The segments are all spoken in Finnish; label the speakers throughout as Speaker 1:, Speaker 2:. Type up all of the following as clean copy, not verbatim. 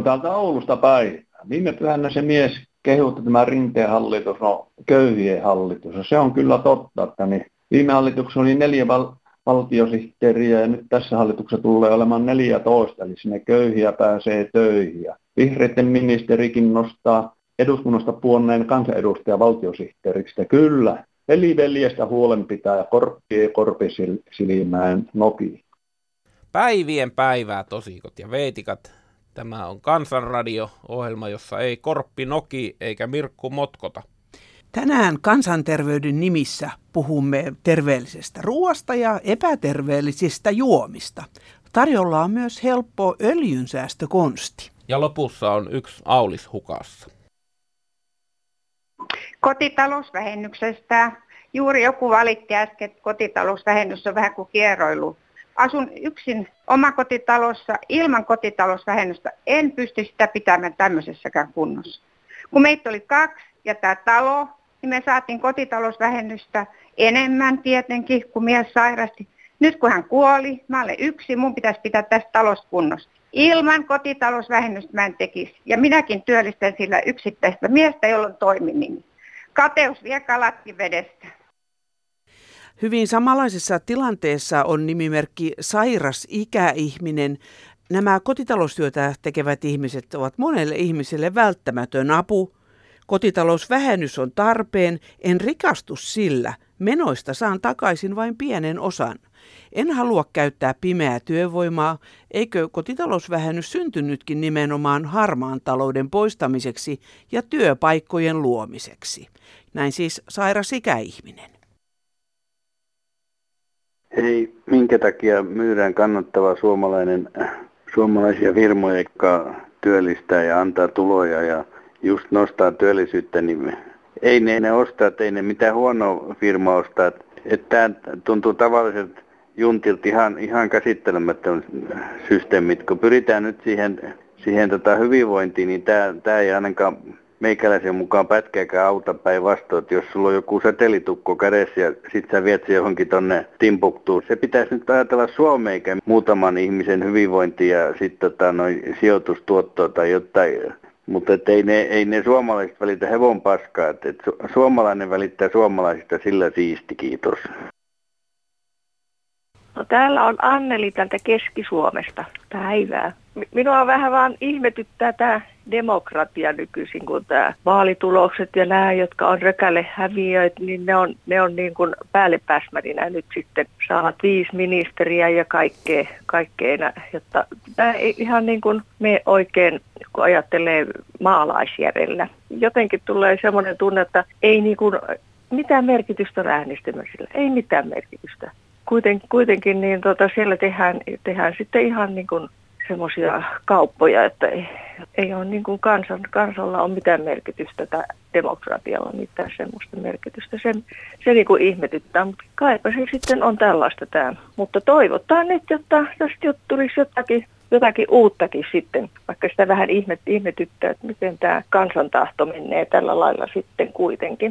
Speaker 1: täältä Oulusta päin. Viime pyhänä se mies kehutti tämä Rinteen hallitus, no köyhien hallitus. Ja se on kyllä totta, että niin viime hallituksessa oli 4 valtiosihteeriä ja nyt tässä hallituksessa tulee olemaan 14, eli sinne köyhiä pääsee töihin. Ja vihreiden ministerikin nostaa eduskunnasta puonneen kansanedustaja valtiosihteeriksi. Kyllä, veljestä huolen pitää ja korpisilmään noki.
Speaker 2: Päivien päivää tosikot ja veitikat. Tämä on Kansanradio-ohjelma, jossa ei korppi noki eikä Mirkku motkota.
Speaker 3: Tänään kansanterveyden nimissä puhumme terveellisestä ruoasta ja epäterveellisistä juomista. Tarjolla on myös helppo öljynsäästökonsti.
Speaker 2: Ja lopussa on yksi Aulis hukassa.
Speaker 4: Kotitalousvähennyksestä. Juuri joku valitti äsken, että kotitalousvähennys on vähän kuin kieroilu. Asun yksin omakotitalossa ilman kotitalousvähennystä. En pysty sitä pitämään tämmöisessäkään kunnossa. Kun meitä oli 2 ja tämä talo, niin me saatiin kotitalousvähennystä enemmän tietenkin, kun mies sairasti. Nyt kun hän kuoli, mä olen yksin, mun pitäisi pitää tästä talosta kunnossa. Ilman kotitalousvähennystä mä en tekisi. Ja minäkin työllistän sillä yksittäistä miestä, jolla on toiminimi. Kateus vie kalatkin vedestä.
Speaker 3: Hyvin samanlaisessa tilanteessa on nimimerkki sairas ikäihminen. Nämä kotitaloustyötä tekevät ihmiset ovat monelle ihmiselle välttämätön apu. Kotitalousvähennys on tarpeen, en rikastu sillä. Menoista saan takaisin vain pienen osan. En halua käyttää pimeää työvoimaa, eikö kotitalousvähennys syntynytkin nimenomaan harmaan talouden poistamiseksi ja työpaikkojen luomiseksi. Näin siis sairas ikäihminen.
Speaker 5: Hei, minkä takia myydään kannattava suomalaisia firmoja, jotka työllistää ja antaa tuloja ja just nostaa työllisyyttä, niin ei ne ostaa, ei ne mitään huonoa firmaa ostaa. Että tämä tuntuu tavalliset juntilta ihan käsittelemättömät systeemit. Kun pyritään nyt siihen hyvinvointiin, niin tämä ei ainakaan meikäläisen mukaan pätkääkään auta päinvastoin, että jos sulla on joku säteilytukko kädessä ja sit sä viet se johonkin tonne Timbuktuun. Se pitäisi nyt ajatella Suomeen eikä muutaman ihmisen hyvinvointia ja sitten sijoitustuottoa tai jotain. Mutta ei ne suomalaiset välitä hevon paskaa, että suomalainen välittää suomalaisista sillä siisti, kiitos.
Speaker 6: No täällä on Anneli täältä Keski-Suomesta. Päivää. Minua vähän vaan ihmetyttää tämä demokratia nykyisin, kun tämä vaalitulokset ja nämä, jotka on rökäle häviöitä, niin ne on niin kuin päällepäsmärinä nyt sitten saavat 5 ministeriä ja kaikkea, jotta tämä ei ihan niin kuin me oikein, kun ajattelee maalaisjärjellä. Jotenkin tulee semmoinen tunne, että ei niin kuin mitään merkitystä on äänestämisellä, ei mitään merkitystä. Kuitenkin niin siellä tehdään sitten ihan niin kuin semmoisia kauppoja, että ei ole niin kuin kansalla on mitään merkitystä tai demokratialla mitään semmoista merkitystä. Se niin kuin ihmetyttää, mutta kaipa se sitten on tällaista tämä. Mutta toivotaan nyt, jotta tästä tulisi jotakin uuttakin sitten, vaikka sitä vähän ihmetyttää, että miten tämä kansantahto menee tällä lailla sitten kuitenkin.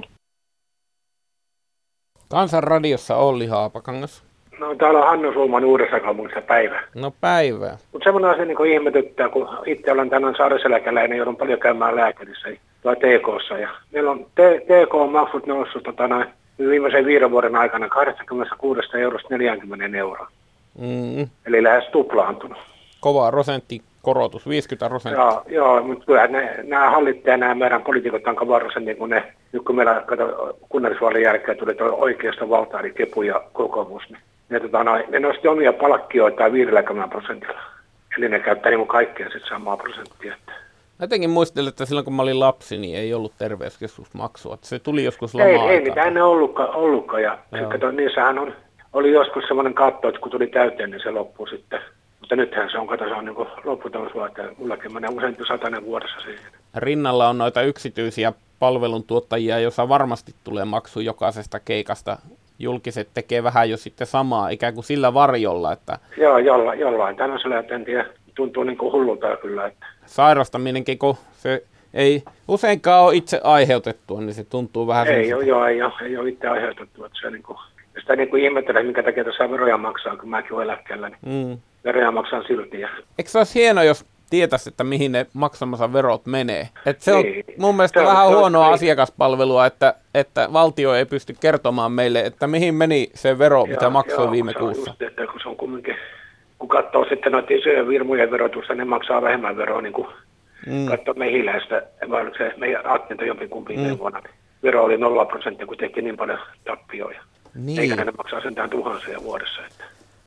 Speaker 2: Kansanradiossa Olli Haapakangas.
Speaker 7: No täällä on Hannu Sulman Uudessakaupungissa päivä.
Speaker 2: No päivää.
Speaker 7: Mutta semmoinen asia niin ihmetyttää, kun itse olen tänään sairauseläkeläinen, joudun paljon käymään lääkärissä tai TK:ssa. Ja meillä on TK-maksut noussut viimeisen 5 vuoden aikana 26 eurosta 40 euroa. Eli lähes tuplaantunut.
Speaker 2: Kova prosenttikorotus, 50%.
Speaker 7: Joo, mutta kyllä nämä hallittajat, nämä meidän poliitikot on kova prosentin, kun nyt kun meillä kunnallisvaalien jälkeen tuli oikeasta valtaa, eli Kepu ja kokoomus, ne nosti omia palkkioitaan 50%. Eli ne käyttää niin kuin kaikkea sitten samaa prosenttia.
Speaker 2: Jotenkin muistelin, että silloin kun mä olin lapsi, niin ei ollut terveyskeskusmaksua. Että se tuli joskus lama-aikaan.
Speaker 7: Ei mitään ennen ollutkaan. Ja niissähän oli joskus semmoinen katto, että kun tuli täyteen, niin se loppui sitten. Mutta nythän se on niin kuin lopputulosuote. Mullakin menee useampi 100 vuodessa siihen.
Speaker 2: Rinnalla on noita yksityisiä palveluntuottajia, joissa varmasti tulee maksu jokaisesta keikasta. Julkiset tekee vähän jo sitten samaa, ikään kuin sillä varjolla. Että
Speaker 7: joo, jollain tämmöisellä, en tiedä, tuntuu niin kuin hullulta kyllä. Että
Speaker 2: sairastaminenkin, kun se ei useinkaan ole itse aiheutettua, niin se tuntuu vähän
Speaker 7: ei ole itse aiheutettua. Että se niin kuin, ja sitä niin kuin ihmettelee, minkä takia tuossa veroja maksaa, kun mäkin olen eläkkeellä, niin veroja maksaa silti.
Speaker 2: Eikö se olisi hienoa, jos tietäisi, että mihin ne maksamansa verot menee. Et se on
Speaker 7: Niin.
Speaker 2: mun mielestä vähän huonoa asiakaspalvelua, että valtio ei pysty kertomaan meille, että mihin meni se vero, mitä maksoi viime kuussa.
Speaker 7: Just, että kun se on kumminkin, kun katsoo sitten noita isojen firmojen verotusta, ne maksaa vähemmän veroa, niin kuin katsoo mehiläistä, vaan se meidän Attinta jompikumpiin vuonna. Vero oli 0%, kun teki niin paljon tappioja.
Speaker 2: Niin.
Speaker 7: Eikä ne maksaa sentään tuhansia vuodessa. Että.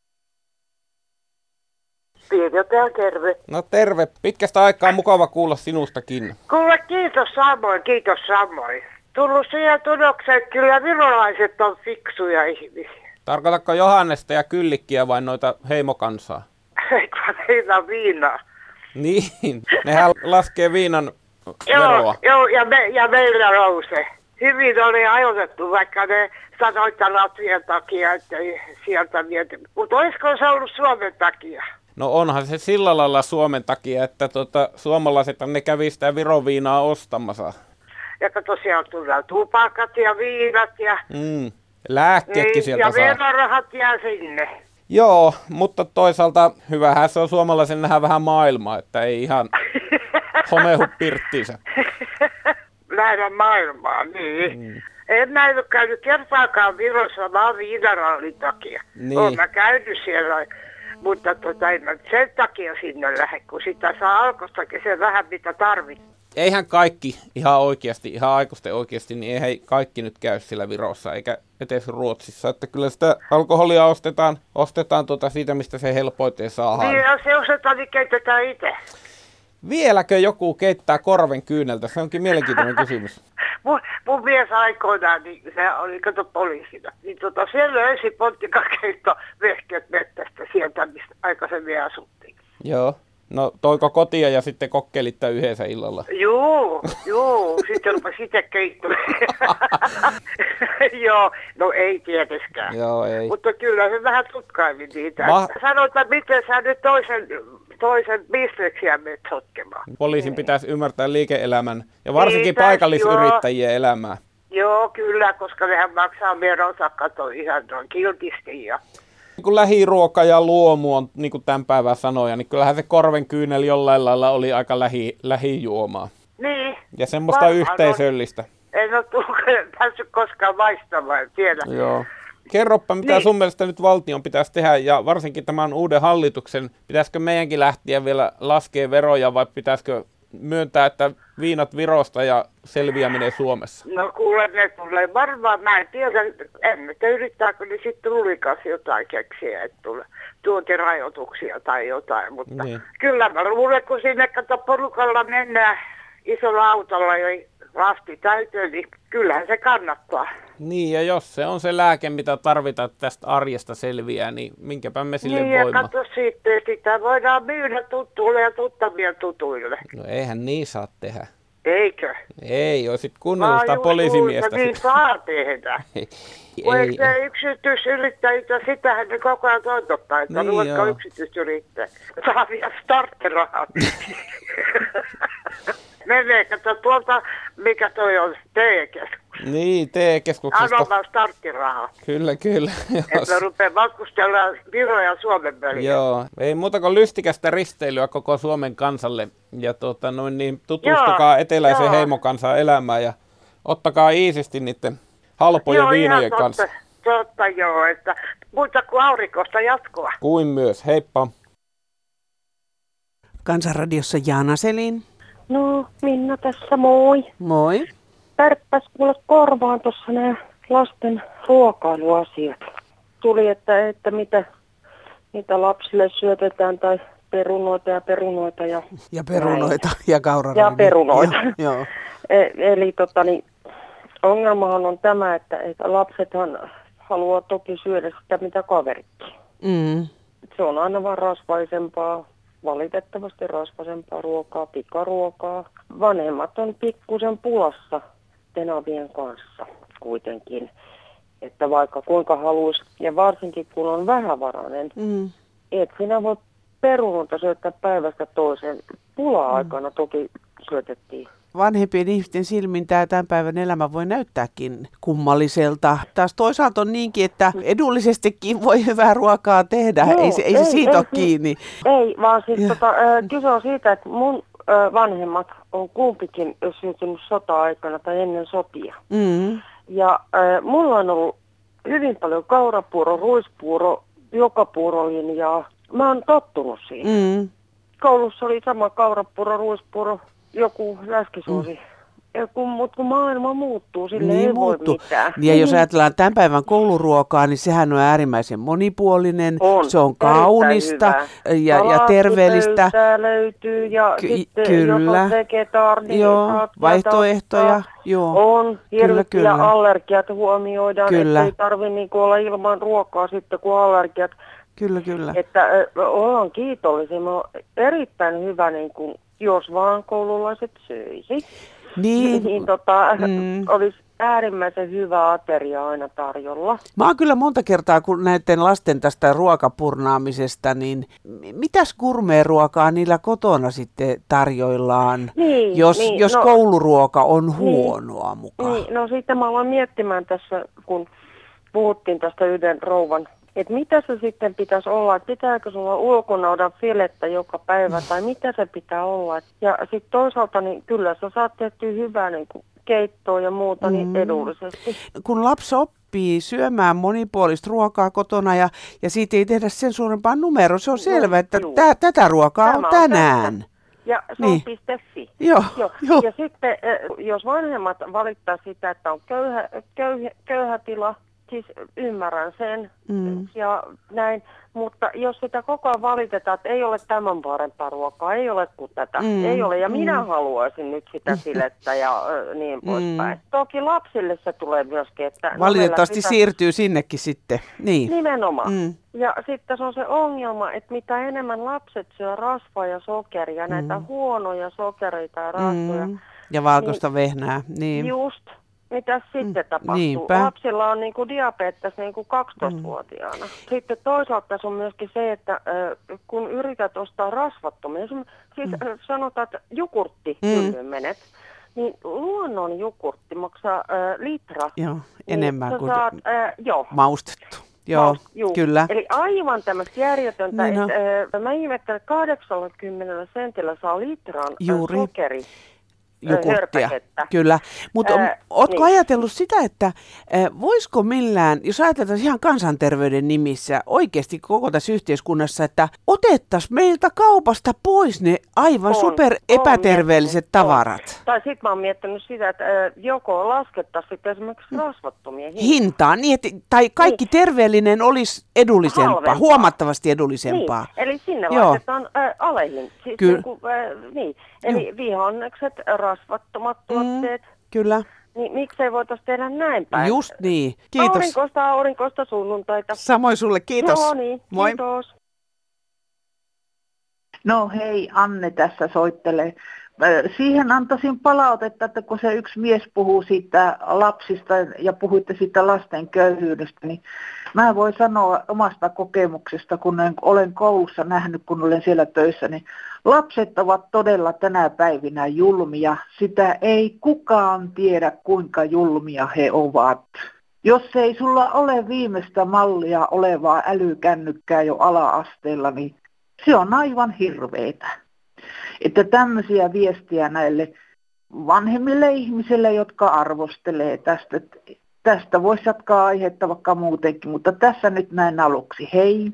Speaker 8: Tiedetään, terve.
Speaker 2: No terve. Pitkästä aikaa mukava kuulla sinustakin.
Speaker 8: Kuule, kiitos samoin. Tullut siihen tulokseen, että kyllä virolaiset on fiksuja ihmisiä.
Speaker 2: Tarkoitatko Johannesta ja Kyllikkiä vai noita heimokansaa?
Speaker 8: Eikö heillä viinaa?
Speaker 2: Niin, nehän laskee viinan veroa.
Speaker 8: Joo, ja meillä nousee. Hyvin oli ajoitettu, vaikka ne sanoi Latvian takia, että ei sieltä viety. Mutta olisiko se ollut Suomen takia?
Speaker 2: No onhan se sillä lailla Suomen takia, että suomalaiset ne kävi sitä Viron viinaa ostamassa.
Speaker 8: Ja tosiaan tulee tupakat ja viinat ja...
Speaker 2: Lääkkeetkin
Speaker 8: niin,
Speaker 2: sieltä
Speaker 8: ja
Speaker 2: saa.
Speaker 8: verorahat jää sinne.
Speaker 2: Joo, mutta toisaalta hyvähän se on suomalaisen nähdä vähän maailmaa, että ei ihan homehu pirttiinsä.
Speaker 8: Nähdä maailmaa, niin. En mä ole käynyt kertaakaan Virossa, vaan viinarallin takia.
Speaker 2: Niin.
Speaker 8: Olen mä käynyt siellä, mutta en mä sen takia sinne lähde, kun sitä saa alkostakin se vähän mitä tarvitsee.
Speaker 2: Eihän kaikki ihan aikuisten oikeasti, niin eihän kaikki nyt käy siellä Virossa, eikä edes Ruotsissa. Että kyllä sitä alkoholia ostetaan siitä, mistä se helpoiten saadaan.
Speaker 8: Niin, jos se ostetaan, niin keitetään itse.
Speaker 2: Vieläkö joku keittää korven kyyneltä? Se onkin mielenkiintoinen kysymys.
Speaker 8: Mun mies aikoinaan, niin se oli poliisina. Niin siellä löysi pontikakeitto vehkeet mettästä sieltä, mistä aikaisemmin asuttiin.
Speaker 2: Joo. No toiko kotia ja sitten kokkelitte yhdessä illalla?
Speaker 8: Joo, sitten rupesi itse keittomaan. Joo, no ei tietyskään.
Speaker 2: Joo, ei.
Speaker 8: Mutta kyllä se vähän tutkaili niitä. Sanoit, että miten sä nyt toisen bisneksiä menet sotkemaan.
Speaker 2: Poliisin pitäisi ymmärtää liike-elämän ja varsinkin paikallisyrittäjien elämää.
Speaker 8: Joo, kyllä, koska nehän maksaa veronsa, kato ihan noin kiltisti ja...
Speaker 2: Kun lähiruoka ja luomu on, niin kuin tämän päivän sanoja, niin kyllähän se korven kyynel jollain lailla oli aika lähijuomaa.
Speaker 8: Niin.
Speaker 2: Ja semmoista yhteisöllistä.
Speaker 8: En ole päässyt koskaan maistamaan, en tiedä.
Speaker 2: Joo. Kerropa, mitä sun mielestä nyt valtion pitäisi tehdä, ja varsinkin tämän uuden hallituksen, pitäisikö meidänkin lähteä vielä laskea veroja, vai pitäisikö myöntää, että viinat Virosta ja selviäminen Suomessa?
Speaker 8: No kuule, ne tulee varmaan, mä en tiedä, yrittääkö ne sitten Tullikas jotain keksiä, että tulee tuontirajoituksia tai jotain, mutta niin. Kyllä mä luulen, kun sinne porukalla mennään isolla autolla ja lasti täytyy, niin kyllähän se kannattaa.
Speaker 2: Niin, ja jos se on se lääke, mitä tarvitaan, että tästä arjesta selviää, niin minkäpä me sille
Speaker 8: niin,
Speaker 2: voimme.
Speaker 8: Ja katso sitten, sitä voidaan myydä tuttuille ja tuttavien tutuille.
Speaker 2: No eihän niin saa tehdä.
Speaker 8: Eikö?
Speaker 2: Ei, olisit kuunnellut sitä poliisimiestä.
Speaker 8: Niin saa tehdä. Eikö ne yksityisyrittäjitä, sitähän ne koko ajan toitottaa, että niin ruvetko yksityisyrittäjä. Saa vielä starttirahat. Meneekö tuolta, mikä toi on, TE-keskus?
Speaker 2: Niin, TE-keskuksesta.
Speaker 8: Anna starttirahaa.
Speaker 2: Kyllä.
Speaker 8: Että rupee matkustella Viron ja Suomen välillä.
Speaker 2: Joo, ei muuta kuin lystikästä risteilyä koko Suomen kansalle. Ja niin tutustukaa eteläisen heimokansan elämään ja ottakaa iisisti niiden halpojen viinojen kanssa.
Speaker 8: Totta, että muuta kuin aurinkosta jatkoa.
Speaker 2: Kuin myös, heippa.
Speaker 3: Kansanradiossa Jaana Selin.
Speaker 9: No, Minna tässä, moi.
Speaker 3: Moi.
Speaker 9: Pärppäs kuule korvaan tuossa nämä lasten ruokailuasiat. Tuli, että mitä lapsille syötetään tai perunoita.
Speaker 3: Ja perunoita ja kaurareeniä.
Speaker 9: Ja perunoita.
Speaker 3: Joo.
Speaker 9: Eli ongelmahan on tämä, että lapsethan haluaa toki syödä sitä mitä kaveritkin.
Speaker 3: Mm.
Speaker 9: Se on aina vaan rasvaisempaa. Valitettavasti rasvaisempaa ruokaa, pikaruokaa. Vanhemmat on pikkusen pulassa tenavien kanssa kuitenkin. Että vaikka kuinka haluaisi, ja varsinkin kun on vähävarainen, et sinä voi perunoita syöttää päivästä toiseen. Pula-aikana toki syötettiin
Speaker 3: vanhempien ihmisten silmin tämän päivän elämä voi näyttääkin kummalliselta. Taas toisaalta on niinkin, että edullisestikin voi hyvää ruokaa tehdä.
Speaker 9: Joo,
Speaker 3: ei se siitä ole kiinni.
Speaker 9: Ei, vaan siis kyse on siitä, että mun vanhemmat on kumpikin syntynyt sota-aikana tai ennen sotia.
Speaker 3: Mm.
Speaker 9: Ja mulla on ollut hyvin paljon kaurapuuro, ruispuuro, joka puurolinjaa. Mä oon tottunut siihen.
Speaker 3: Mm.
Speaker 9: Koulussa oli sama kaurapuuro, ruispuuro, joku läskisuosi. Mutta kun maailma muuttuu, sille
Speaker 3: niin
Speaker 9: ei
Speaker 3: muuttuu.
Speaker 9: voi mitään.
Speaker 3: Ja jos ajatellaan tämän päivän kouluruokaa, niin sehän on äärimmäisen monipuolinen. Se on kaunista ja terveellistä.
Speaker 9: Löytyy ja sitten
Speaker 3: kyllä.
Speaker 9: jos on vegetaarinen,
Speaker 3: vaihtoehtoja. Joo.
Speaker 9: On, hirviä allergiat huomioidaan, ettei tarvitse niinku olla ilman ruokaa sitten, kun allergiat.
Speaker 3: Kyllä.
Speaker 9: Että ollaan kiitollisia. On erittäin hyvä, niin kun, jos vaan koululaiset söisi.
Speaker 3: Niin.
Speaker 9: Olisi äärimmäisen hyvä ateria aina tarjolla.
Speaker 3: Mä oon kyllä monta kertaa, kun näiden lasten tästä ruokapurnaamisesta, niin mitäs gourmet-ruokaa niillä kotona sitten tarjoillaan, jos kouluruoka on huonoa mukaan?
Speaker 9: Niin, no sitten mä aloin miettimään tässä, kun puhuttiin tästä yhden rouvan, että mitä se sitten pitäisi olla, että pitääkö sulla ulkonaudan filettä joka päivä tai mitä se pitää olla. Ja sitten toisaalta niin kyllä sä saat tehtyä hyvää niin kuin keittoa ja muuta niin edullisesti.
Speaker 3: Kun lapsi oppii syömään monipuolista ruokaa kotona ja siitä ei tehdä sen suurempaa numeroa, se on selvä, että tätä ruokaa on tänään.
Speaker 9: Ja se on .fi.
Speaker 3: Joo.
Speaker 9: Ja sitten jos vanhemmat valittaa sitä, että on köyhä tila, siis ymmärrän sen ja näin, mutta jos sitä koko ajan valitetaan, että ei ole tämän parempaa ruokaa, ei ole kuin tätä, ei ole, ja minä haluaisin nyt sitä filettä ja niin poispäin. Toki lapsille se tulee myöskin, että...
Speaker 3: Valitettavasti siirtyy sinnekin sitten, niin.
Speaker 9: Nimenomaan. Ja sitten se on se ongelma, että mitä enemmän lapset syö rasvaa ja sokeria, näitä huonoja sokereita ja rasvoja.
Speaker 3: Ja valkoista vehnää, niin.
Speaker 9: Just. Mitä sitten tapahtuu?
Speaker 3: Niinpä.
Speaker 9: Lapsilla on niinku diabetes niinku 12-vuotiaana. Sitten toisaalta tässä on myöskin se, että kun yrität ostaa rasvattomia, siis sanotaan, että jogurtti menet, niin luonnon jogurtti maksaa litra.
Speaker 3: Joo, enemmän kuin maustettu.
Speaker 9: Joo,
Speaker 3: kyllä.
Speaker 9: Eli aivan tämmöistä järjetöntä, että mä ihmettelen, että 80 sentillä saa litran sokeri.
Speaker 3: Jogurttia, kyllä. Mutta ootko ajatellut sitä, että voisiko millään, jos ajatellaan ihan kansanterveyden nimissä oikeasti koko tässä yhteiskunnassa, että otettaisiin meiltä kaupasta pois ne aivan super epäterveelliset tavarat?
Speaker 9: Tai sitten mä oon miettinyt sitä, että joko laskettaisiin esimerkiksi rasvattomia
Speaker 3: hintaa. Niin, tai kaikki terveellinen olisi edullisempaa, huomattavasti edullisempaa.
Speaker 9: Niin, eli sinne laitetaan alehin. Siis eli vihannekset, rasvattomat tuotteet.
Speaker 3: Kyllä.
Speaker 9: Niin miksei voitaisiin tehdä näin päin?
Speaker 3: Just niin. Kiitos.
Speaker 9: Aurinkoista sunnuntaita.
Speaker 3: Samoin sulle, kiitos.
Speaker 9: Joo niin,
Speaker 3: moi.
Speaker 9: Kiitos.
Speaker 10: No hei, Anne tässä soittelee. Siihen antaisin palautetta, että kun se yksi mies puhuu siitä lapsista ja puhuitte siitä lasten köyhyydestä, niin mä voin sanoa omasta kokemuksesta, kun olen koulussa nähnyt, kun olen siellä töissä, niin lapset ovat todella tänä päivinä julmia. Sitä ei kukaan tiedä, kuinka julmia he ovat. Jos ei sulla ole viimeistä mallia olevaa älykännykkää jo ala-asteella, niin se on aivan hirveetä. Että tämmöisiä viestiä näille vanhemmille ihmisille, jotka arvostelee tästä. Tästä voisi jatkaa aihetta vaikka muutenkin, mutta tässä nyt näin aluksi. Hei!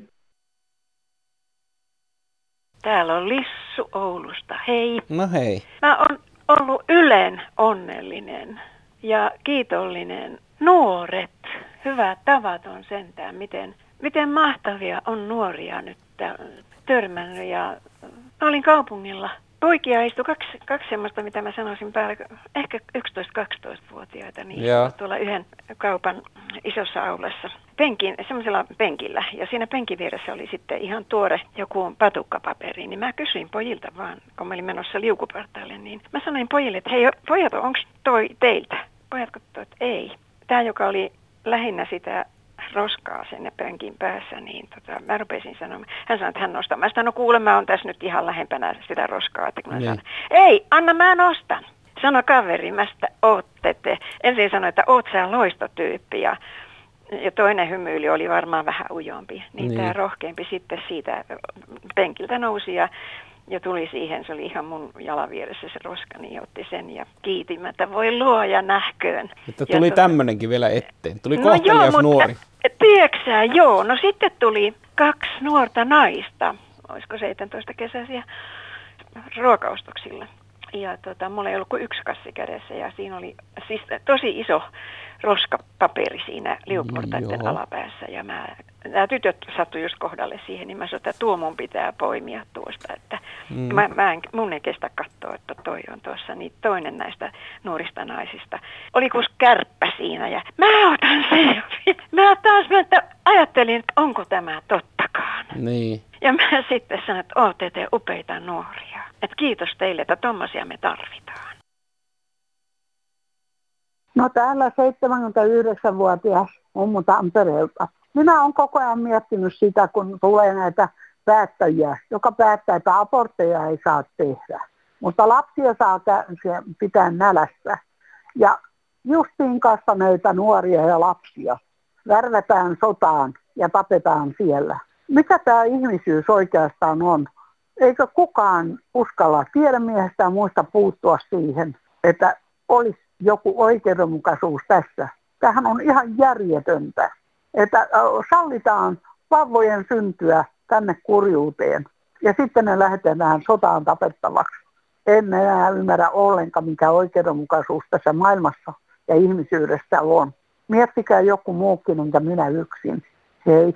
Speaker 11: Täällä on Lissu Oulusta. Hei!
Speaker 2: No hei!
Speaker 11: Mä oon ollut ylen onnellinen ja kiitollinen. Nuoret, hyvät tavat on sentään, miten mahtavia on nuoria nyt törmännyt. Ja mä olin kaupungilla. Poikia istui kaksi semmoista, mitä mä sanoisin päällä, ehkä 11-12-vuotiaita, niin tuolla yhden kaupan isossa aulassa semmoisella penkillä. Ja siinä penkin vieressä oli sitten ihan tuore joku patukkapaperi, niin mä kysyin pojilta vaan, kun mä olin menossa liukupartaalle, niin mä sanoin pojille, että hei pojat, onko toi teiltä? Pojat katsoivat, että ei. Tämä, joka oli lähinnä sitä roskaa sen penkin päässä, niin mä rupesin sanomaan. Hän sanoi, että hän nostaa. Mä sanoin, no kuule, mä oon tässä nyt ihan lähempänä sitä roskaa. Että kun mä sanon, ei, anna mä nostan. Sano kaveri, mästä ootte te. Ensin sanoi, että oot sä loistotyyppi ja toinen hymyili oli varmaan vähän ujompi. Niin tämä rohkeampi sitten siitä penkiltä nousi ja tuli siihen, se oli ihan mun jalan vieressä se roska, niin otti sen ja kiitin, että voi luoja nähköön. Että
Speaker 2: tuli tämmöinenkin vielä eteen, tuli kohtelias nuori.
Speaker 11: Tiedätkö joo, no sitten tuli 2 nuorta naista, olisiko 17 kesäisiä, ruokaostoksilla. Ja mulla ei ollut kuin 1 kassi kädessä ja siinä oli siis tosi iso roskapaperi siinä liukuportaiden alapäässä. Ja nämä tytöt sattui just kohdalle siihen, niin mä sanoin, että tuo mun pitää poimia tuosta. Että mun ei kestä katsoa, että toi on tuossa. Niin toinen näistä nuorista naisista oli kuin kärppä siinä ja mä otan sen. Mä ajattelin, että onko tämä tottakaan.
Speaker 2: Niin.
Speaker 11: Ja mä sitten sanoin, että ootte te upeita nuoria. Että kiitos teille, että tommosia me tarvitaan.
Speaker 10: No täällä 79-vuotias mummu Tampereelta. Minä olen koko ajan miettinyt sitä, kun tulee näitä päättäjiä, joka päättää, että abortteja ei saa tehdä. Mutta lapsia saa pitää nälässä. Ja justiin kasvaneita nuoria ja lapsia värvätään sotaan ja tapetaan siellä. Mikä tämä ihmisyys oikeastaan on? Eikö kukaan uskalla tiedemiehestä ja muista puuttua siihen, että olisi joku oikeudenmukaisuus tässä? Tämähän on ihan järjetöntä, että sallitaan vauvojen syntyä tänne kurjuuteen ja sitten ne lähetetään sotaan tapettavaksi. En enää ymmärrä ollenkaan, mikä oikeudenmukaisuus tässä maailmassa ja ihmisyydessä on. Miettikää joku muukin, enkä minä yksin. Hei.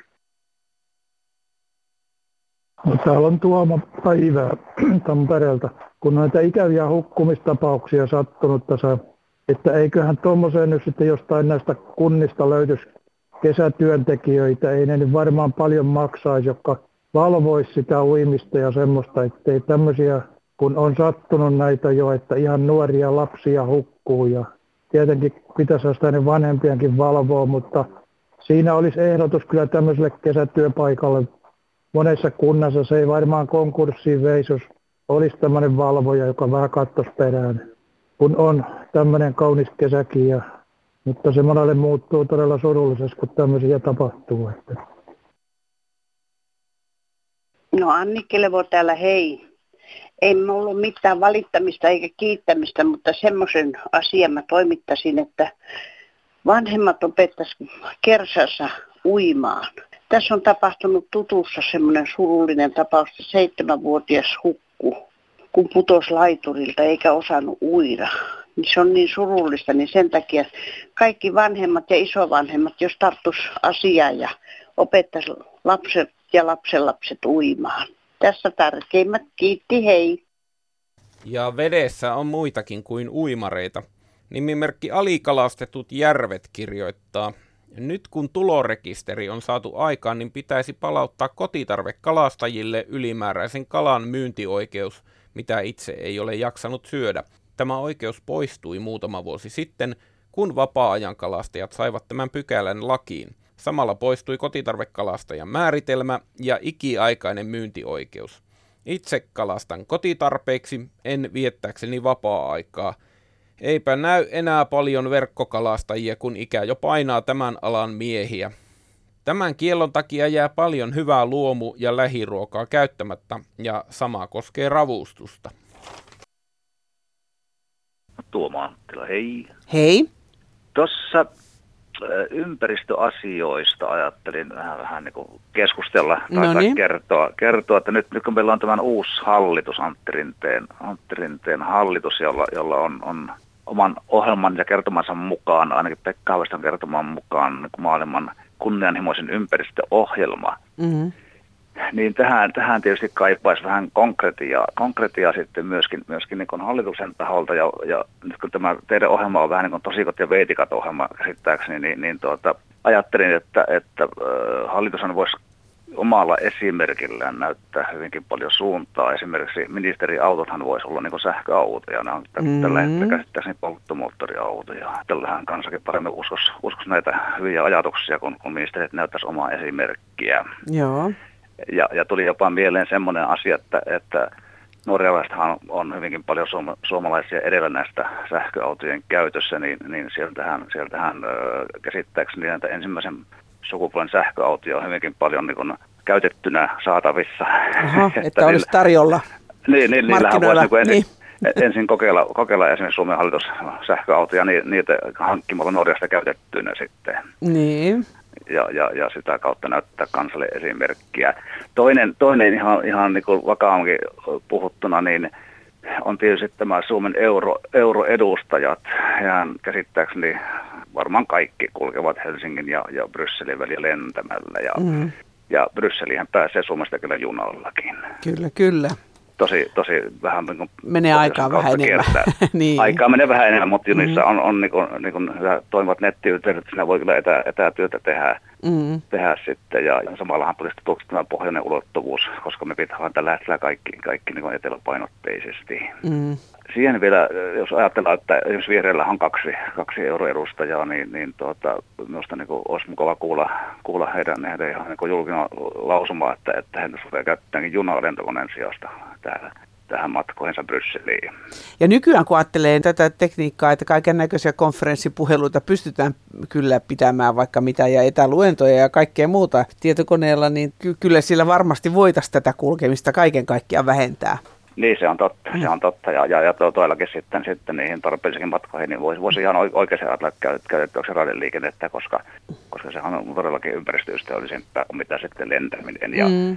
Speaker 12: No, täällä on Tuomo Päivää Tampereelta, kun näitä ikäviä hukkumistapauksia sattunut tässä, että eiköhän tuommoiseen nyt sitten jostain näistä kunnista löytyisi kesätyöntekijöitä, ei ne nyt varmaan paljon maksaisi, jotka valvoisi sitä uimista ja semmoista, ettei tämmöisiä, kun on sattunut näitä jo, että ihan nuoria lapsia hukkuu ja tietenkin pitäisi sitä ne vanhempiankin valvoa, mutta siinä olisi ehdotus kyllä tämmöiselle kesätyöpaikalle. Monessa kunnassa se ei varmaan konkurssiin veisi, jos olisi tämmöinen valvoja, joka vähän katsoisi perään, kun on tämmöinen kaunis kesäkin. Mutta se monelle muuttuu todella surulliseksi, kun tämmöisiä tapahtuu.
Speaker 13: No Annikki Levo täällä, hei. Ei minulla ollut mitään valittamista eikä kiittämistä, mutta semmoisen asian mä toimittaisin, että vanhemmat opettaisiin kersassa uimaan. Tässä on tapahtunut Tutussa semmoinen surullinen tapaus, että 7-vuotias hukku, kun putosi laiturilta eikä osannut uida. Niin se on niin surullista, niin sen takia kaikki vanhemmat ja isovanhemmat, jos tarttuisi asiaa ja opettaisi lapset ja lapsenlapset uimaan. Tässä tärkeimmät, kiitti, hei.
Speaker 2: Ja vedessä on muitakin kuin uimareita. Nimimerkki Alikalastetut järvet kirjoittaa: nyt kun tulorekisteri on saatu aikaan, niin pitäisi palauttaa kotitarvekalastajille ylimääräisen kalan myyntioikeus, mitä itse ei ole jaksanut syödä. Tämä oikeus poistui muutama vuosi sitten, kun vapaa-ajan kalastajat saivat tämän pykälän lakiin. Samalla poistui kotitarvekalastajan määritelmä ja ikiaikainen myyntioikeus. Itse kalastan kotitarpeiksi, en viettääkseni vapaa-aikaa. Eipä näy enää paljon verkkokalastajia, kun ikä jo painaa tämän alan miehiä. Tämän kiellon takia jää paljon hyvää luomu- ja lähiruokaa käyttämättä, ja sama koskee ravustusta.
Speaker 14: Tuomo Anttila, hei.
Speaker 3: Hei.
Speaker 14: Tuossa ympäristöasioista ajattelin vähän niin kuin keskustella tai kertoa, että nyt kun meillä on tämän uusi hallitus, Antti Rinteen hallitus, jolla on oman ohjelman ja kertomansa mukaan, ainakin Pekka Haaviston kertoman mukaan, niin maailman kunnianhimoisen ympäristöohjelma. Mm-hmm. Niin tähän tietysti kaipaisi vähän konkretiaa sitten myöskin niin kuin hallituksen taholta, ja nyt kun tämä teidän ohjelma on vähän niin kuin tosikot ja veitikat ohjelma käsittääkseni, niin ajattelin, että hallitushan voisi omalla esimerkillään näyttää hyvinkin paljon suuntaa. Esimerkiksi ministeriautothan voisi olla niin kuin sähköautoja, nämä on tällä hetkellä käsittääkseni polttomoottoriautoja. Tällähän kansakin paremmin uskoisi näitä hyviä ajatuksia, kun ministerit näyttäisi omaa esimerkkiä.
Speaker 3: Joo.
Speaker 14: Ja tuli jopa mieleen semmoinen asia, että norjalaisethan on hyvinkin paljon suomalaisia edellä näistä sähköautojen käytössä, niin sieltähän käsittääkseni näitä ensimmäisen sukupolven sähköautoja on hyvinkin paljon niin kuin käytettynä saatavissa.
Speaker 3: Aha, että olisi tarjolla
Speaker 14: niillähän voisi niin ensin kokeilla esimerkiksi Suomen hallitus sähköautoja, niitä hankkimalla Norjasta käytettynä sitten.
Speaker 3: Niin.
Speaker 14: Ja sitä kautta näyttää kansalle esimerkkiä. Toinen ihan niin kuin vakaammin puhuttuna, niin on tietysti tämä Suomen euroedustajat. Ja käsittääkseni varmaan kaikki kulkevat Helsingin ja Brysselin välillä lentämällä. Ja Brysseliin pääsee Suomesta kyllä junallakin.
Speaker 3: Kyllä.
Speaker 14: Tosi vähän niin kuin
Speaker 3: menee aikaa vähän enemmän.
Speaker 14: Niin. Aikaa menee vähän enemmän, mutta niissä on niin kuin toimivat nettiyhteydet, siinä voi kyllä etätyötä tehdä sitten. Ja samallahan tulisi tuoksi tämä pohjoinen ulottuvuus, koska me pitää tällä hetkellä kaikki niin kuin eteläpainotteisesti. Siihen vielä, jos ajatellaan, että jos vihreillä on kaksi euroedustajaa, niin minusta niin olisi mukava kuulla heidän ihan niin julkina lausumaa, että he tulee käyttämäänkin junaa lentokoneen sijasta tähän matkoihinsa Brysseliin.
Speaker 3: Ja nykyään kun ajattelee tätä tekniikkaa, että kaiken näköisiä konferenssipuheluita pystytään kyllä pitämään vaikka mitä ja etäluentoja ja kaikkea muuta tietokoneella, niin kyllä sillä varmasti voitaisiin tätä kulkemista kaiken kaikkiaan vähentää.
Speaker 14: Niin, se on totta. Ja toillakin sitten niihin tarpeellisiin matkoihin niin voisi ihan oikeasti ajatella käytettäväksi raideliikennettä, koska sehän on todellakin ympäristöystävällisempää kuin mitä sitten lentäminen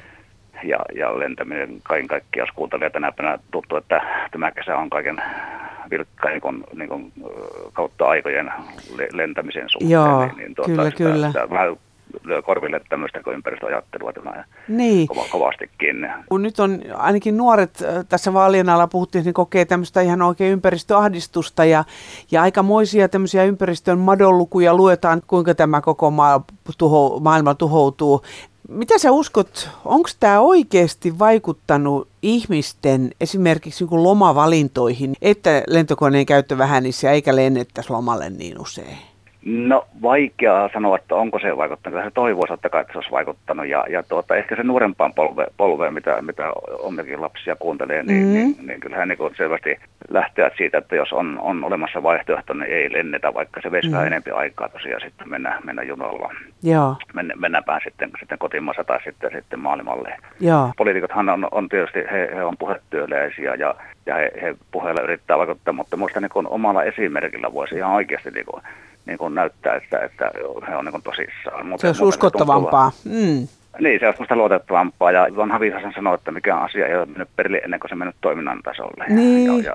Speaker 14: ja lentäminen kaiken kaikkiaan. Jos kuuntelee tänä päivänä tuttu, että tämä kesä on kaiken vilkkain niin kuin kautta aikojen lentämisen suhteen.
Speaker 3: Joo,
Speaker 14: niin
Speaker 3: kyllä.
Speaker 14: Vähän lyö korville tämmöistä ympäristöajattelua
Speaker 3: niin.
Speaker 14: Kovastikin.
Speaker 3: Kun nyt on ainakin nuoret tässä vaalien alla puhuttiin, niin kokee tämmöistä ihan oikein ympäristöahdistusta ja aikamoisia tämmöisiä ympäristön madonlukuja luetaan, kuinka tämä koko maailma tuhoutuu. Mitä sä uskot, onko tämä oikeasti vaikuttanut ihmisten esimerkiksi niin lomavalintoihin, että lentokoneen käyttö vähänisi eikä lennettäisi lomalle niin usein?
Speaker 14: No vaikea sanoa, että onko se vaikuttanut. Se toivoisi, että se olisi vaikuttanut. Ja ehkä se nuorempaan polveen, mitä omiakin lapsia kuuntelee, niin kyllähän niin selvästi lähteä siitä, että jos on olemassa vaihtoehto, niin ei lennetä, vaikka se veisi vähän enemmän aikaa tosiaan sitten mennä junalla.
Speaker 3: Joo.
Speaker 14: Mennäänpä sitten kotimaassa tai sitten maailmalle.
Speaker 3: Joo.
Speaker 14: Poliitikothan on tietysti, he on puhetyöläisiä ja he puheella yrittää vaikuttaa, mutta minusta niin omalla esimerkillä voisi ihan oikeasti niin kuin näyttää, että he on niin kuin tosissaan.
Speaker 3: Se olisi uskottavampaa.
Speaker 14: Niin, se olisi musta luotettavampaa. Ja vanha viisasen sanoo, että mikään asia ei ole mennyt perille ennen kuin se mennyt toiminnan tasolle.
Speaker 3: Niin.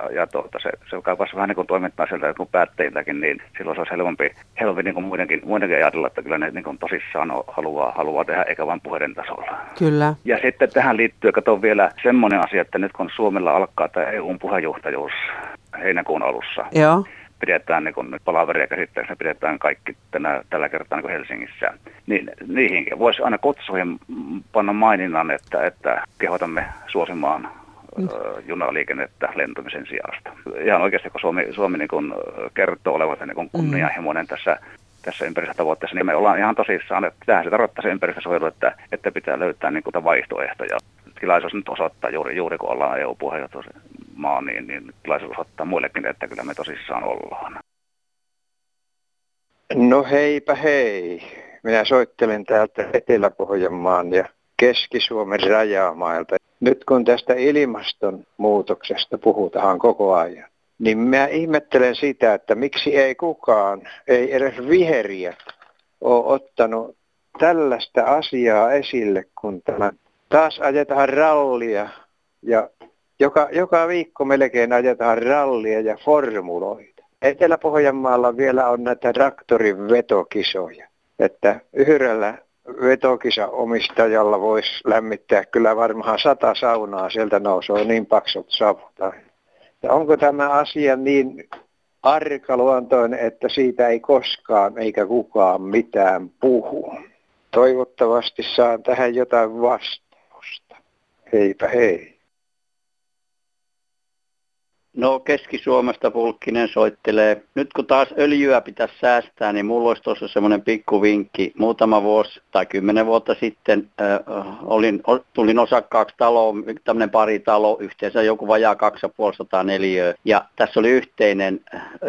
Speaker 14: Se kaipasi vähän niin kuin toimittaa sieltä kuin päättäjiltäkin, niin silloin se olisi helpompi niin kuin muidenkin ajatella, että kyllä ne niin kuin tosissaan haluaa tehdä, eikä vain puheiden tasolla.
Speaker 3: Kyllä.
Speaker 14: Ja sitten tähän liittyy, kato vielä semmoinen asia, että nyt kun Suomella alkaa tämä EU:n puheenjohtajuus heinäkuun alussa.
Speaker 3: Joo.
Speaker 14: Pidetään niin kuin palaveria käsittääkseni, pidetään kaikki tällä kertaa niin kuin Helsingissä. Niin niihinkin voisi aina kutsuihin panna maininnan, että kehotamme suosimaan junaliikennettä lentämisen sijasta. Ihan oikeasti, kun Suomi niin kuin kertoo olevansa niin kunnianhimoinen tässä ympäristötavoitteessa, niin me ollaan ihan tosissaan, että tähän se tarkoittaa se ympäristösuojelu, että pitää löytää niin kuin vaihtoehtoja. Tilaisuus nyt osoittaa juuri kun ollaan EU-puheenjohtajamaa, niin tilaisuus osoittaa muillekin, että kyllä me tosissaan ollaan.
Speaker 15: No heipä hei. Minä soittelen täältä Etelä-Pohjanmaan ja Keski-Suomen rajamailta. Nyt kun tästä ilmastonmuutoksesta puhutaan koko ajan, niin mä ihmettelen sitä, että miksi ei kukaan, ei edes viheriä, ole ottanut tällaista asiaa esille, kun tämä taas ajetaan rallia ja joka viikko melkein ajetaan rallia ja formuloita. Etelä-Pohjanmaalla vielä on näitä traktorin vetokisoja, että yhdellä vetokisaomistajalla voisi lämmittää kyllä varmaan 100 saunaa, sieltä nousee niin paksut savut. Onko tämä asia niin arkaluontoinen, että siitä ei koskaan eikä kukaan mitään puhu? Toivottavasti saan tähän jotain vastausta. Heipä hei.
Speaker 1: No Keski-Suomesta Pulkkinen soittelee. Nyt kun taas öljyä pitäisi säästää, niin mulla olisi tuossa semmoinen pikkuvinkki. Muutama vuosi tai 10 vuotta sitten tulin osakkaaksi taloon, tämmöinen paritalo, yhteensä joku vajaa 250 neliöä. Ja tässä oli yhteinen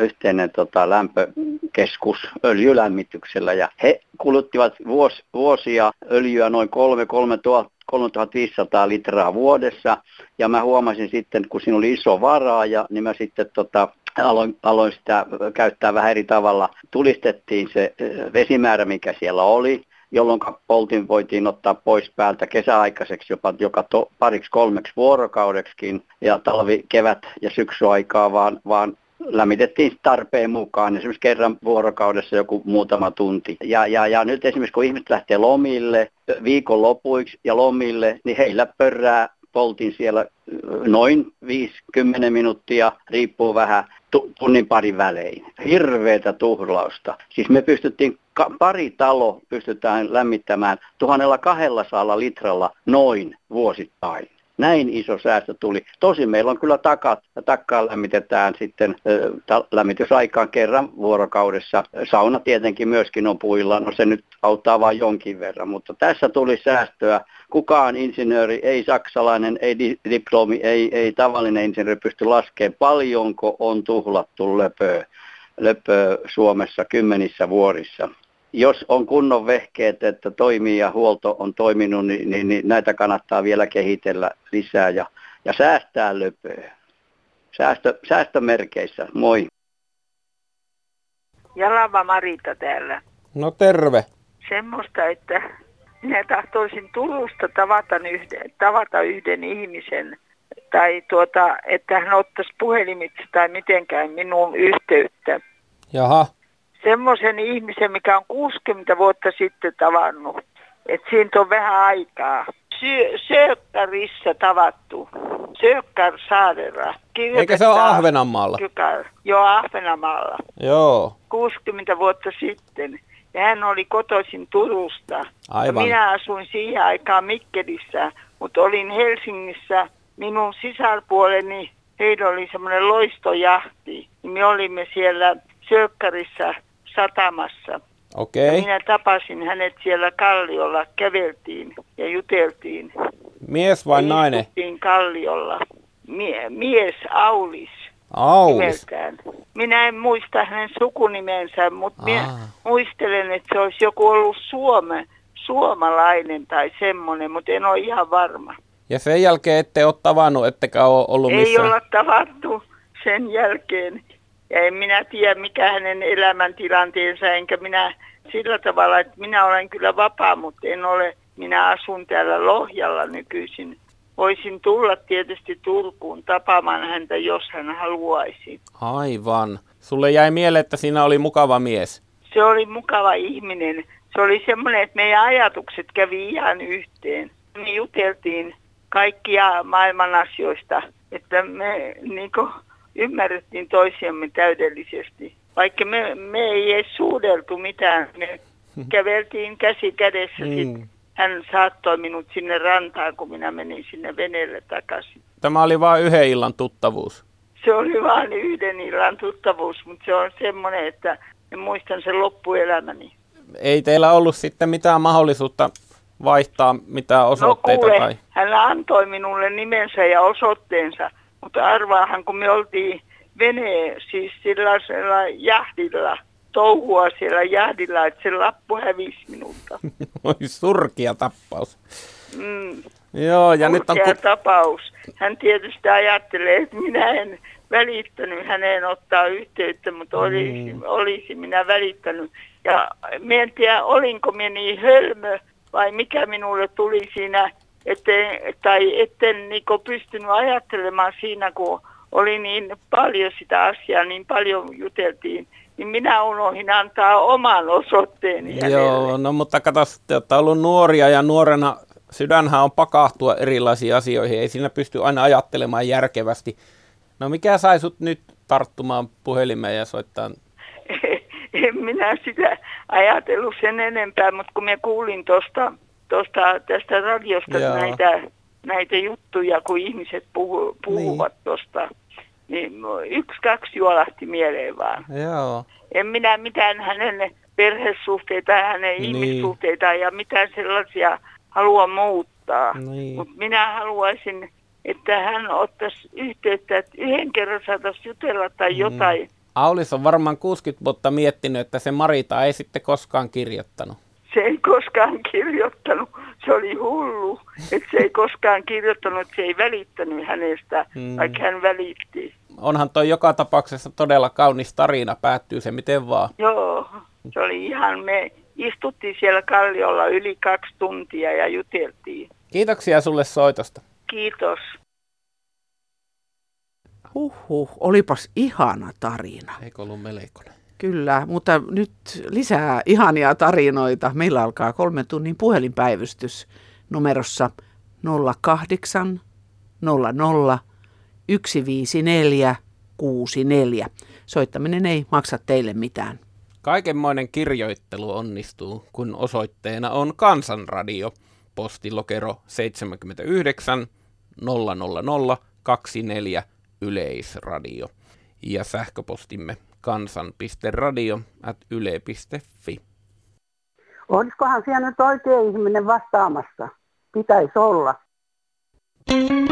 Speaker 1: lämpökeskus öljylämmityksellä ja he kuluttivat vuosia öljyä noin 3500 litraa vuodessa, ja mä huomasin sitten, kun siinä oli iso varaaja, niin mä sitten aloin sitä käyttää vähän eri tavalla. Tulistettiin se vesimäärä, mikä siellä oli, jolloin poltin voitiin ottaa pois päältä kesäaikaiseksi jopa pariksi 3 vuorokaudeksikin, ja talvi, kevät ja syksyaikaa vaan lämmitettiin tarpeen mukaan, esimerkiksi kerran vuorokaudessa joku muutama tunti. Ja nyt esimerkiksi kun ihmiset lähtee lomille, viikonlopuiksi ja lomille, niin heillä poltin siellä noin 5-10 minuuttia, riippuu vähän, tunnin parin välein. Hirveätä tuhlausta. Siis me pari talo pystytään lämmittämään 1200 litralla noin vuosittain. Näin iso säästö tuli. Tosin meillä on kyllä takkaa lämmitetään sitten lämmitysaikaan kerran vuorokaudessa. Sauna tietenkin myöskin on puilla, no se nyt auttaa vain jonkin verran, mutta tässä tuli säästöä. Kukaan insinööri, ei saksalainen, ei diplomi, ei tavallinen insinööri pysty laskemaan, paljonko on tuhlattu löpöä Suomessa 10 vuorissa. Jos on kunnon vehkeet, että toimii ja huolto on toiminut, niin näitä kannattaa vielä kehitellä lisää ja säästää löpöä. Säästömerkeissä. Moi.
Speaker 16: Jalava Marita täällä.
Speaker 2: No terve.
Speaker 16: Semmoista, että minä tahtoisin Turusta tavata yhden ihmisen, tai että hän ottaisi puhelimitse tai mitenkään minun yhteyttä.
Speaker 2: Jaha.
Speaker 16: Semmoisen ihmisen, mikä on 60 vuotta sitten tavannut. Että siitä on vähän aikaa. Söökkärissa tavattu. Söökkärsaarella.
Speaker 2: Eikä se ole Ahvenanmaalla?
Speaker 16: Joo, Ahvenanmaalla.
Speaker 2: Joo.
Speaker 16: 60 vuotta sitten. Ja hän oli kotoisin Turusta.
Speaker 2: Aivan.
Speaker 16: Minä asuin siihen aikaan Mikkelissä, mutta olin Helsingissä. Minun sisarpuoleni, heillä oli semmoinen loistojahti. Me olimme siellä Söökkärissä satamassa.
Speaker 2: Okei.
Speaker 16: Ja minä tapasin hänet siellä kalliolla, käveltiin ja juteltiin.
Speaker 2: Mies vai nainen?
Speaker 16: Istuttiin kalliolla. Mies, Aulis.
Speaker 2: Aulis.
Speaker 16: Nimeltään. Minä en muista hänen sukunimensä, mutta minä muistelen, että se olisi joku ollut suomalainen tai semmoinen, mutta en ole ihan varma.
Speaker 2: Ja sen jälkeen ette ole tavannut, ettekä ole ollut missään?
Speaker 16: Ei olla tavattu sen jälkeen. Ja en minä tiedä, mikä hänen elämäntilanteensa, enkä minä sillä tavalla, että minä olen kyllä vapaa, mutta en ole. Minä asun täällä Lohjalla nykyisin. Voisin tulla tietysti Turkuun tapaamaan häntä, jos hän haluaisi.
Speaker 2: Aivan. Sulle jäi mieleen, että siinä oli mukava mies.
Speaker 16: Se oli mukava ihminen. Se oli semmoinen, että meidän ajatukset kävi ihan yhteen. Me juteltiin kaikkia maailman asioista, että me ymmärrettiin toisiamme täydellisesti. Vaikka me ei edes suudeltu mitään, me käveltiin käsi kädessä. Hän saattoi minut sinne rantaan, kun minä menin sinne veneelle takaisin.
Speaker 2: Tämä oli vain yhden illan tuttavuus?
Speaker 16: Se oli vain yhden illan tuttavuus, mutta se on semmoinen, että muistan sen loppuelämäni.
Speaker 2: Ei teillä ollut sitten mitään mahdollisuutta vaihtaa mitään osoitteita?
Speaker 16: No kuule, hän antoi minulle nimensä ja osoitteensa. Mutta arvaahan, kun me oltiin siis sellaisella jahdilla, touhua siellä jahdilla, että se lappu hävisi minulta.
Speaker 2: Oi surkia tappaus. Joo, ja nyt on
Speaker 16: tapaus. Hän tietysti ajattelee, että minä en välittänyt häneen ottaa yhteyttä, mutta olisi minä välittänyt. Ja en tiedä, olinko minä niin hölmö vai mikä minulle tuli siinä. Etten pystynyt ajattelemaan siinä, kun oli niin paljon sitä asiaa, niin paljon juteltiin, niin minä unohdin antaa oman osoitteeni hänelle.
Speaker 2: Joo, no mutta kato, te olette ollut nuoria ja nuorena sydänhän on pakahtua erilaisiin asioihin, ei siinä pysty aina ajattelemaan järkevästi. No mikä sai sut nyt tarttumaan puhelimeen ja soittaa?
Speaker 16: En minä sitä ajatellut sen enempää, mutta kun minä kuulin tästä radiosta näitä juttuja, kun ihmiset puhuvat tuosta, niin 1-2 juolahti mieleen vaan.
Speaker 2: Joo.
Speaker 16: En minä mitään hänen perhesuhteita ja hänen ihmissuhteita ja mitään sellaisia halua muuttaa.
Speaker 2: Niin.
Speaker 16: Mutta minä haluaisin, että hän ottaisi yhteyttä, että yhden kerran saataisiin jutella tai jotain.
Speaker 2: Aulis on varmaan 60 vuotta miettinyt, että se Marita ei sitten koskaan kirjoittanut.
Speaker 16: Se ei koskaan kirjoittanut. Se oli hullu, että se ei koskaan kirjoittanut, että se ei välittänyt hänestä, vaikka hän välitti.
Speaker 2: Onhan toi joka tapauksessa todella kaunis tarina, päättyy se miten vaan.
Speaker 16: Joo, se oli ihan, me istuttiin siellä kalliolla yli 2 tuntia ja juteltiin.
Speaker 2: Kiitoksia sulle soitosta.
Speaker 16: Kiitos.
Speaker 3: Olipas ihana tarina.
Speaker 2: Eikö ollut melkoinen?
Speaker 3: Kyllä, mutta nyt lisää ihania tarinoita. Meillä alkaa 3 tunnin puhelinpäivystys numerossa 08 00 154 64. Soittaminen ei maksa teille mitään.
Speaker 2: Kaikenmoinen kirjoittelu onnistuu, kun osoitteena on Kansanradio, postilokero 79 000 24 Yleisradio ja sähköpostimme kansan.radio@yle.fi.
Speaker 13: Olisikohan siellä nyt oikea ihminen vastaamassa? Pitäisi olla.